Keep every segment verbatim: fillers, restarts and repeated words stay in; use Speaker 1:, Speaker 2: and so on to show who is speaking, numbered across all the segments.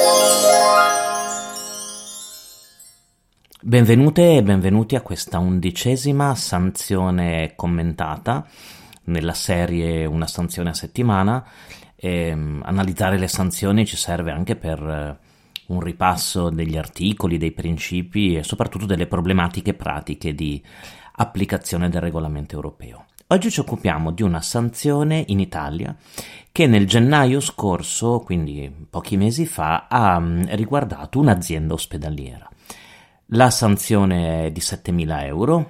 Speaker 1: Benvenute e benvenuti a questa undicesima sanzione commentata nella serie Una sanzione a settimana. E, um, analizzare le sanzioni ci serve anche per uh, un ripasso degli articoli, dei principi e soprattutto delle problematiche pratiche di applicazione del regolamento europeo. Oggi ci occupiamo di una sanzione in Italia che nel gennaio scorso, quindi pochi mesi fa, ha um, riguardato un'azienda ospedaliera. La sanzione è di settemila euro.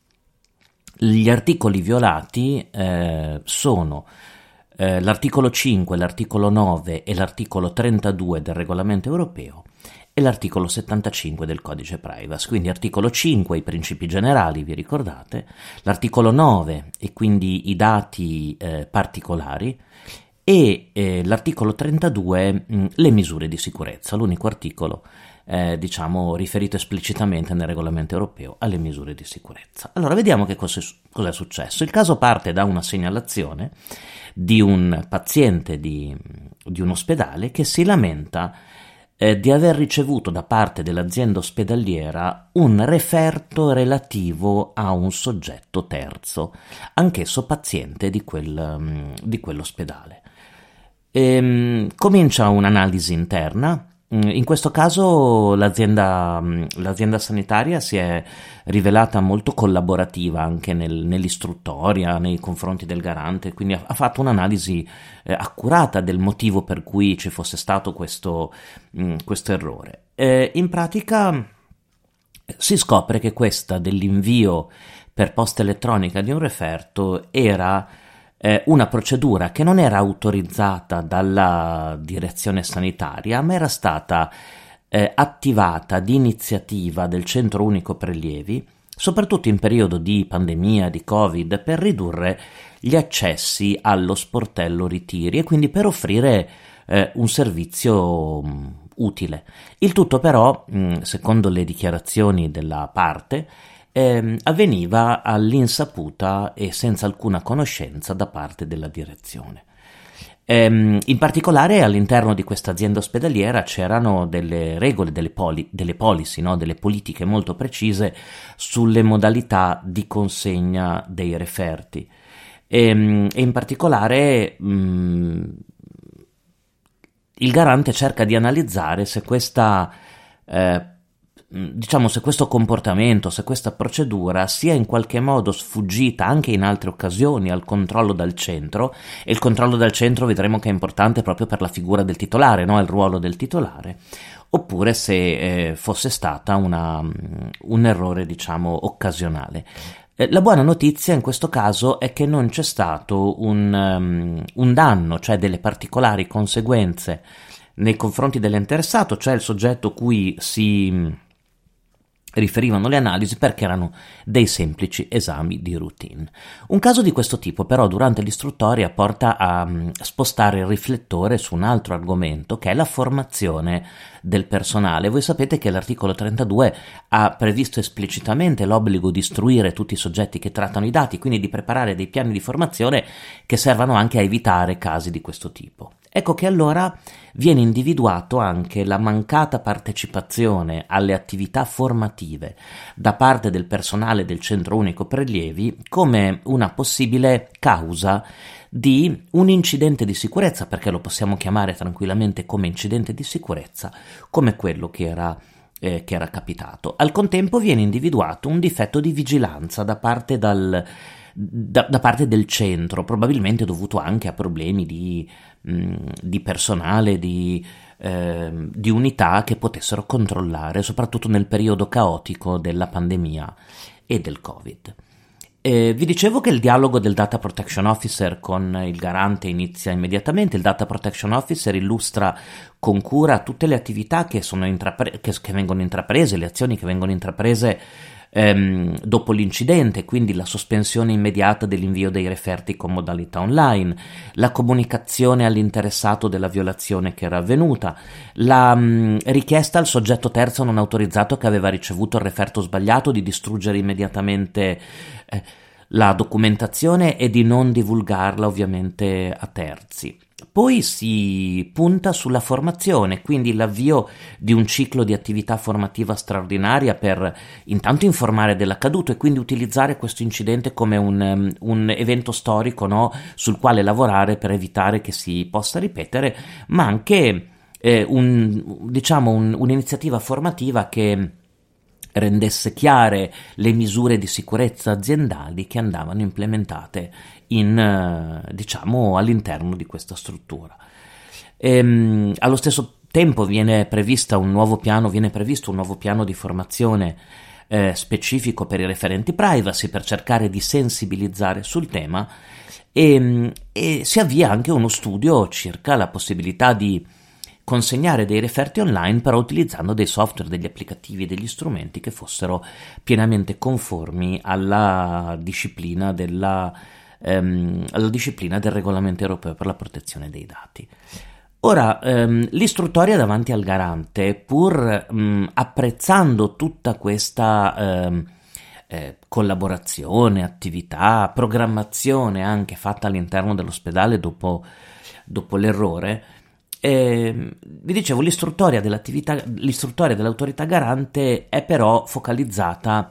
Speaker 1: Gli articoli violati eh, sono eh, l'articolo cinque, l'articolo nove e l'articolo trentadue del regolamento europeo e l'articolo settantacinque del codice privacy. Quindi articolo cinque, i principi generali, vi ricordate, l'articolo nove e quindi i dati eh, particolari e eh, l'articolo trentadue mh, le misure di sicurezza, l'unico articolo Eh, diciamo riferito esplicitamente nel regolamento europeo alle misure di sicurezza. Allora vediamo che cosa è successo. Il caso parte da una segnalazione di un paziente di, di un ospedale che si lamenta eh, di aver ricevuto da parte dell'azienda ospedaliera un referto relativo a un soggetto terzo, anch'esso paziente di, quel, di quell'ospedale. Ehm, comincia un'analisi interna. In questo caso l'azienda, l'azienda sanitaria si è rivelata molto collaborativa anche nel, nell'istruttoria nei confronti del garante, quindi ha, ha fatto un'analisi eh, accurata del motivo per cui ci fosse stato questo, mh, questo errore. Eh, in pratica si scopre che questa dell'invio per posta elettronica di un referto era Eh, una procedura che non era autorizzata dalla direzione sanitaria, ma era stata eh, attivata di iniziativa del Centro Unico Prelievi, soprattutto in periodo di pandemia, di Covid, per ridurre gli accessi allo sportello ritiri e quindi per offrire eh, un servizio mh, utile. Il tutto però, mh, secondo le dichiarazioni della parte, Eh, avveniva all'insaputa e senza alcuna conoscenza da parte della direzione. Eh, in particolare all'interno di questa azienda ospedaliera c'erano delle regole, delle, poli, delle policy, no? Delle politiche molto precise sulle modalità di consegna dei referti e, e in particolare mh, il garante cerca di analizzare se questa eh, diciamo se questo comportamento, se questa procedura sia in qualche modo sfuggita anche in altre occasioni al controllo dal centro, e il controllo dal centro vedremo che è importante proprio per la figura del titolare, no? Il ruolo del titolare, oppure se eh, fosse stata una, un errore diciamo occasionale. Eh, la buona notizia in questo caso è che non c'è stato un, um, un danno, cioè delle particolari conseguenze nei confronti dell'interessato, cioè il soggetto cui si riferivano le analisi, perché erano dei semplici esami di routine. Un caso di questo tipo però durante l'istruttoria porta a um, spostare il riflettore su un altro argomento che è la formazione del personale. Voi sapete che l'articolo trentadue ha previsto esplicitamente l'obbligo di istruire tutti i soggetti che trattano i dati, quindi di preparare dei piani di formazione che servano anche a evitare casi di questo tipo. Ecco che allora viene individuato anche la mancata partecipazione alle attività formative da parte del personale del Centro Unico Prelievi come una possibile causa di un incidente di sicurezza, perché lo possiamo chiamare tranquillamente come incidente di sicurezza, come quello che era eh, che era capitato. Al contempo viene individuato un difetto di vigilanza da parte dal Da, da parte del centro, probabilmente dovuto anche a problemi di, mh, di personale, di, eh, di unità che potessero controllare, soprattutto nel periodo caotico della pandemia e del Covid. Eh, vi dicevo che il dialogo del Data Protection Officer con il garante inizia immediatamente. Il Data Protection Officer illustra con cura tutte le attività che, sono intrapre- che, che vengono intraprese, le azioni che vengono intraprese Ehm, dopo l'incidente, quindi la sospensione immediata dell'invio dei referti con modalità online, la comunicazione all'interessato della violazione che era avvenuta, la mh, richiesta al soggetto terzo non autorizzato che aveva ricevuto il referto sbagliato di distruggere immediatamente eh, la documentazione e di non divulgarla ovviamente a terzi. Poi si punta sulla formazione, quindi l'avvio di un ciclo di attività formativa straordinaria per intanto informare dell'accaduto e quindi utilizzare questo incidente come un, un evento storico, no, sul quale lavorare per evitare che si possa ripetere, ma anche eh, un, diciamo un, un'iniziativa formativa che rendesse chiare le misure di sicurezza aziendali che andavano implementate in, diciamo, all'interno di questa struttura. Ehm, allo stesso tempo viene prevista un nuovo piano, viene previsto un nuovo piano di formazione eh, specifico per i referenti privacy per cercare di sensibilizzare sul tema e, e si avvia anche uno studio circa la possibilità di consegnare dei referti online, però utilizzando dei software, degli applicativi e degli strumenti che fossero pienamente conformi alla disciplina della, ehm, alla disciplina del regolamento europeo per la protezione dei dati. Ora, ehm, l'istruttoria davanti al garante, pur mh, apprezzando tutta questa ehm, eh, collaborazione, attività, programmazione anche fatta all'interno dell'ospedale dopo, dopo l'errore, Eh, vi dicevo, l'istruttoria dell'attività, l'istruttoria dell'autorità garante è però focalizzata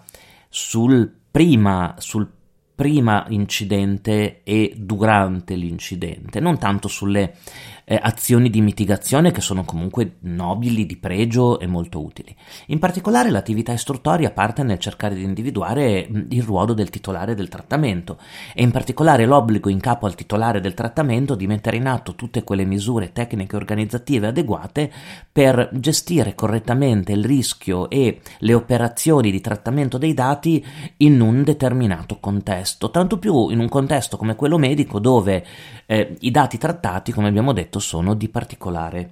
Speaker 1: sul prima, sul prima incidente e durante l'incidente, non tanto sulle eh, azioni di mitigazione che sono comunque nobili, di pregio e molto utili. In particolare l'attività istruttoria parte nel cercare di individuare mh, il ruolo del titolare del trattamento e in particolare l'obbligo in capo al titolare del trattamento di mettere in atto tutte quelle misure tecniche e organizzative adeguate per gestire correttamente il rischio e le operazioni di trattamento dei dati in un determinato contesto, tanto più in un contesto come quello medico dove eh, i dati trattati, come abbiamo detto, sono di particolare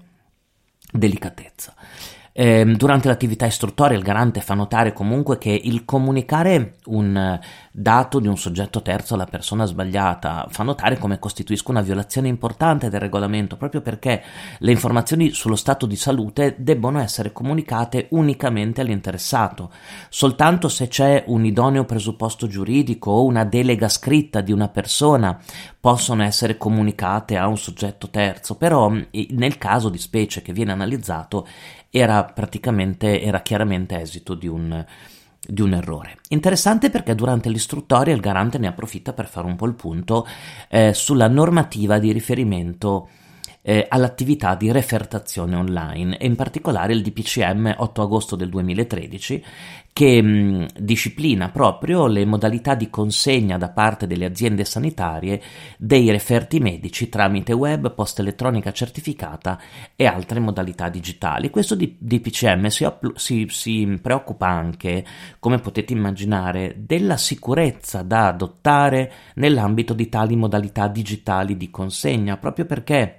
Speaker 1: delicatezza. Eh, durante l'attività istruttoria il garante fa notare comunque che il comunicare un dato di un soggetto terzo alla persona sbagliata fa notare come costituisca una violazione importante del regolamento, proprio perché le informazioni sullo stato di salute debbono essere comunicate unicamente all'interessato. Soltanto se c'è un idoneo presupposto giuridico o una delega scritta di una persona possono essere comunicate a un soggetto terzo, però nel caso di specie che viene analizzato era praticamente, era chiaramente esito di un, di un errore. Interessante perché durante l'istruttoria il garante ne approfitta per fare un po' il punto eh, sulla normativa di riferimento eh, all'attività di refertazione online e in particolare il D P C M otto agosto del duemilatredici che mh, disciplina proprio le modalità di consegna da parte delle aziende sanitarie dei referti medici tramite web, posta elettronica certificata e altre modalità digitali. Questo D P C M si, si, si preoccupa anche, come potete immaginare, della sicurezza da adottare nell'ambito di tali modalità digitali di consegna, proprio perché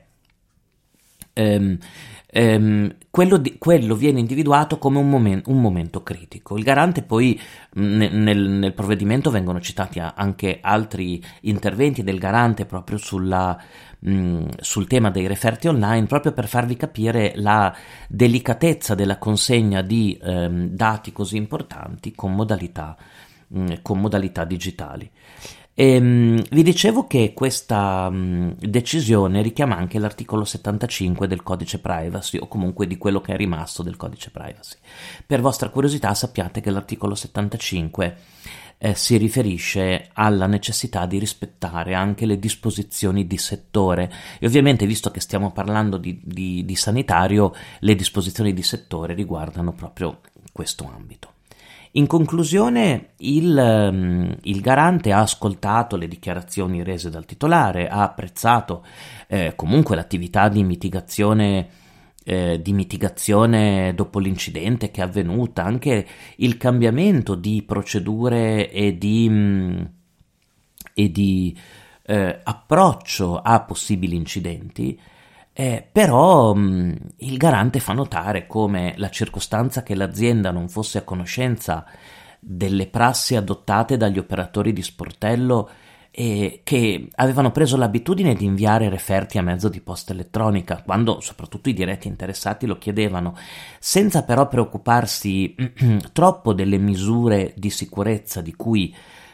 Speaker 1: ehm, ehm, quello, di, quello viene individuato come un, momen- un momento critico. Il garante poi ne, nel, nel provvedimento vengono citati anche altri interventi del garante proprio sulla, mh, sul tema dei referti online, proprio per farvi capire la delicatezza della consegna di ehm, dati così importanti con modalità, mh, con modalità digitali. E, mh, vi dicevo che questa mh, decisione richiama anche l'articolo settantacinque del codice privacy, o comunque di quello che è rimasto del codice privacy. Per vostra curiosità sappiate che l'articolo settantacinque eh, si riferisce alla necessità di rispettare anche le disposizioni di settore e ovviamente, visto che stiamo parlando di, di, di sanitario, le disposizioni di settore riguardano proprio questo ambito. In conclusione, il, il garante ha ascoltato le dichiarazioni rese dal titolare, ha apprezzato eh, comunque l'attività di mitigazione, eh, di mitigazione dopo l'incidente che è avvenuta, anche il cambiamento di procedure e di, mh, e di eh, approccio a possibili incidenti. Eh, però mh, il garante fa notare come la circostanza che l'azienda non fosse a conoscenza delle prassi adottate dagli operatori di sportello e che avevano preso l'abitudine di inviare referti a mezzo di posta elettronica, quando soprattutto i diretti interessati lo chiedevano, senza però preoccuparsi troppo delle misure di sicurezza di cui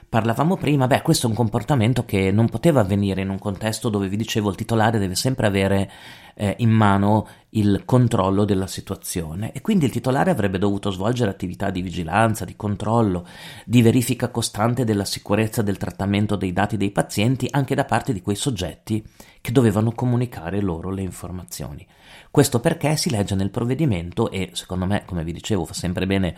Speaker 1: parlavamo prima, beh, questo è un comportamento che non poteva avvenire in un contesto dove, vi dicevo, il titolare deve sempre avere eh, in mano il controllo della situazione, e quindi il titolare avrebbe dovuto svolgere attività di vigilanza, di controllo, di verifica costante della sicurezza del trattamento dei dati dei pazienti anche da parte di quei soggetti che dovevano comunicare loro le informazioni. Questo perché si legge nel provvedimento, e secondo me, come vi dicevo, fa sempre bene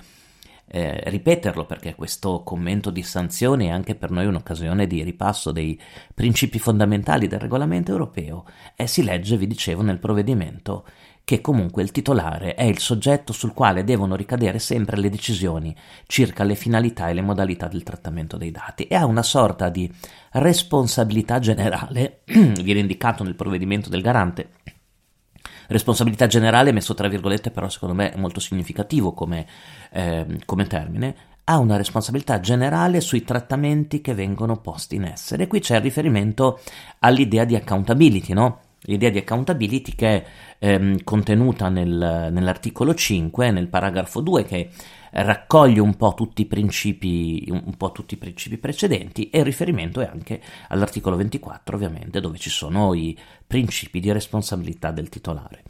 Speaker 1: Eh, ripeterlo, perché questo commento di sanzioni è anche per noi un'occasione di ripasso dei principi fondamentali del regolamento europeo. E si legge, vi dicevo, nel provvedimento che comunque il titolare è il soggetto sul quale devono ricadere sempre le decisioni circa le finalità e le modalità del trattamento dei dati, e ha una sorta di responsabilità generale viene indicato nel provvedimento del garante. Responsabilità generale messo tra virgolette, però secondo me è molto significativo come, eh, come termine. Ha una responsabilità generale sui trattamenti che vengono posti in essere. E qui c'è il riferimento all'idea di accountability, no? L'idea di accountability che è ehm, contenuta nel, nell'articolo cinque, nel paragrafo due, che raccoglie un po' tutti i principi, un po' tutti i principi precedenti, e il riferimento è anche all'articolo ventiquattro, ovviamente, dove ci sono i principi di responsabilità del titolare.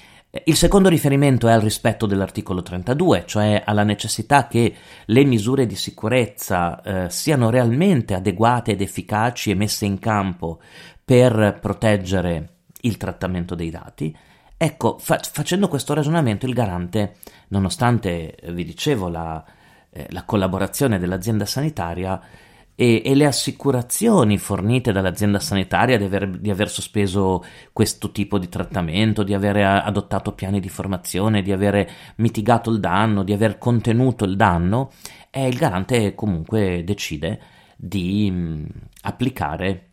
Speaker 1: Il secondo riferimento è al rispetto dell'articolo trentadue, cioè alla necessità che le misure di sicurezza eh, siano realmente adeguate ed efficaci e messe in campo per proteggere il trattamento dei dati. Ecco, fa- facendo questo ragionamento, il garante, nonostante, vi dicevo, la, eh, la collaborazione dell'azienda sanitaria e, e le assicurazioni fornite dall'azienda sanitaria di aver, di aver sospeso questo tipo di trattamento, di aver adottato piani di formazione, di aver mitigato il danno, di aver contenuto il danno, eh, il garante comunque decide di mh, applicare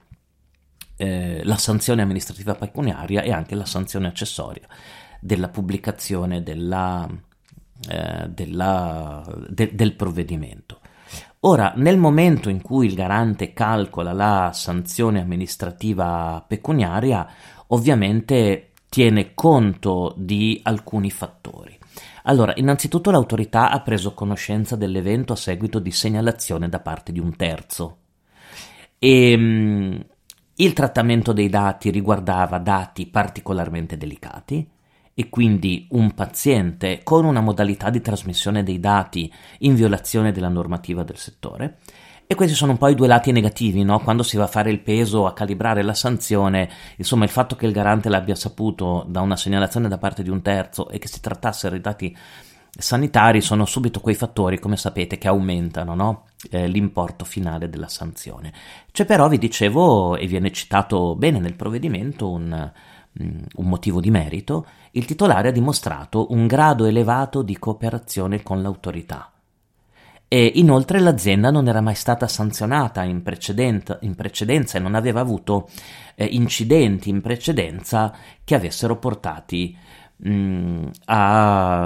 Speaker 1: Eh, la sanzione amministrativa pecuniaria e anche la sanzione accessoria della pubblicazione della, eh, della, de, del provvedimento. Ora, nel momento in cui il garante calcola la sanzione amministrativa pecuniaria, ovviamente tiene conto di alcuni fattori. Allora, innanzitutto l'autorità ha preso conoscenza dell'evento a seguito di segnalazione da parte di un terzo, e mh, il trattamento dei dati riguardava dati particolarmente delicati, e quindi un paziente con una modalità di trasmissione dei dati in violazione della normativa del settore. E questi sono un po' i due lati negativi, no? Quando si va a fare il peso, a calibrare la sanzione, insomma, il fatto che il garante l'abbia saputo da una segnalazione da parte di un terzo e che si trattasse di dati sanitari sono subito quei fattori, come sapete, che aumentano, no? eh, l'importo finale della sanzione. C'è però, vi dicevo, e viene citato bene nel provvedimento, un, un motivo di merito. Il titolare ha dimostrato un grado elevato di cooperazione con l'autorità, e inoltre l'azienda non era mai stata sanzionata in, precedent- in precedenza e non aveva avuto eh, incidenti in precedenza che avessero portati mh, a,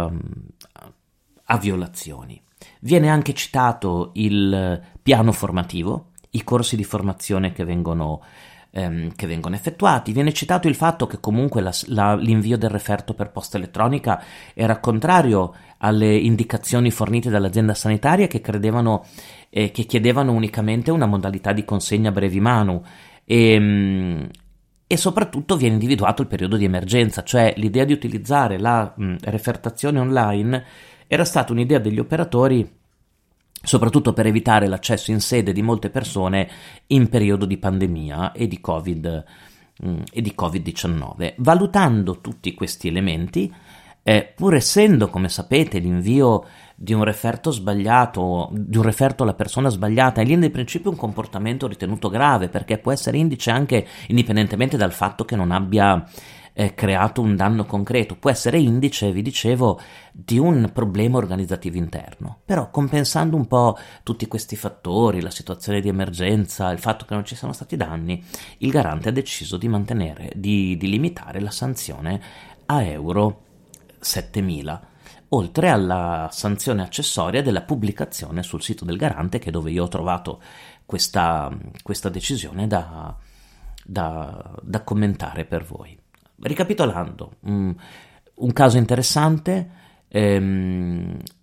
Speaker 1: a violazioni. Viene anche citato il piano formativo, i corsi di formazione che vengono, ehm, che vengono effettuati. Viene citato il fatto che comunque la, la, l'invio del referto per posta elettronica era contrario alle indicazioni fornite dall'azienda sanitaria, che credevano eh, che chiedevano unicamente una modalità di consegna brevi manu, e, mh, e soprattutto viene individuato il periodo di emergenza, cioè l'idea di utilizzare la mh, refertazione online era stata un'idea degli operatori soprattutto per evitare l'accesso in sede di molte persone in periodo di pandemia e di Covid, mh, e di covid diciannove. Valutando tutti questi elementi, eh, pur essendo, come sapete, l'invio di un referto sbagliato, di un referto alla persona sbagliata, è in linea di principio un comportamento ritenuto grave, perché può essere indice anche, indipendentemente dal fatto che non abbia eh, creato un danno concreto, può essere indice, vi dicevo, di un problema organizzativo interno. Però, compensando un po' tutti questi fattori, la situazione di emergenza, il fatto che non ci siano stati danni, il garante ha deciso di mantenere, di, di limitare la sanzione a euro settemila, oltre alla sanzione accessoria della pubblicazione sul sito del garante, che è dove io ho trovato questa, questa decisione da, da, da commentare per voi. Ricapitolando, um, un caso interessante, ehm,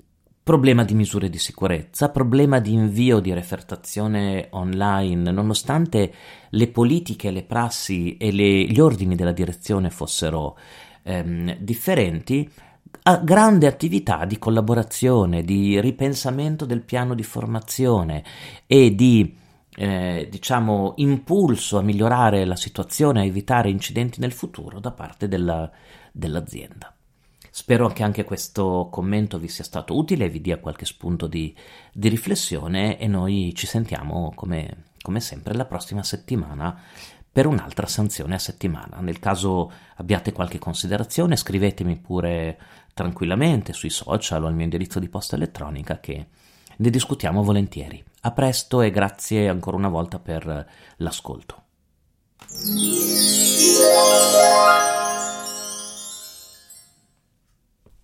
Speaker 1: Problema di misure di sicurezza, problema di invio di refertazione online, nonostante le politiche, le prassi e le, gli ordini della direzione fossero ehm, differenti, a grande attività di collaborazione, di ripensamento del piano di formazione e di eh, diciamo impulso a migliorare la situazione, a evitare incidenti nel futuro da parte della, dell'azienda. Spero che anche questo commento vi sia stato utile e vi dia qualche spunto di, di riflessione, e noi ci sentiamo come, come sempre la prossima settimana per un'altra sanzione a settimana. Nel caso abbiate qualche considerazione, scrivetemi pure tranquillamente sui social o al mio indirizzo di posta elettronica, che ne discutiamo volentieri. A presto e grazie ancora una volta per l'ascolto.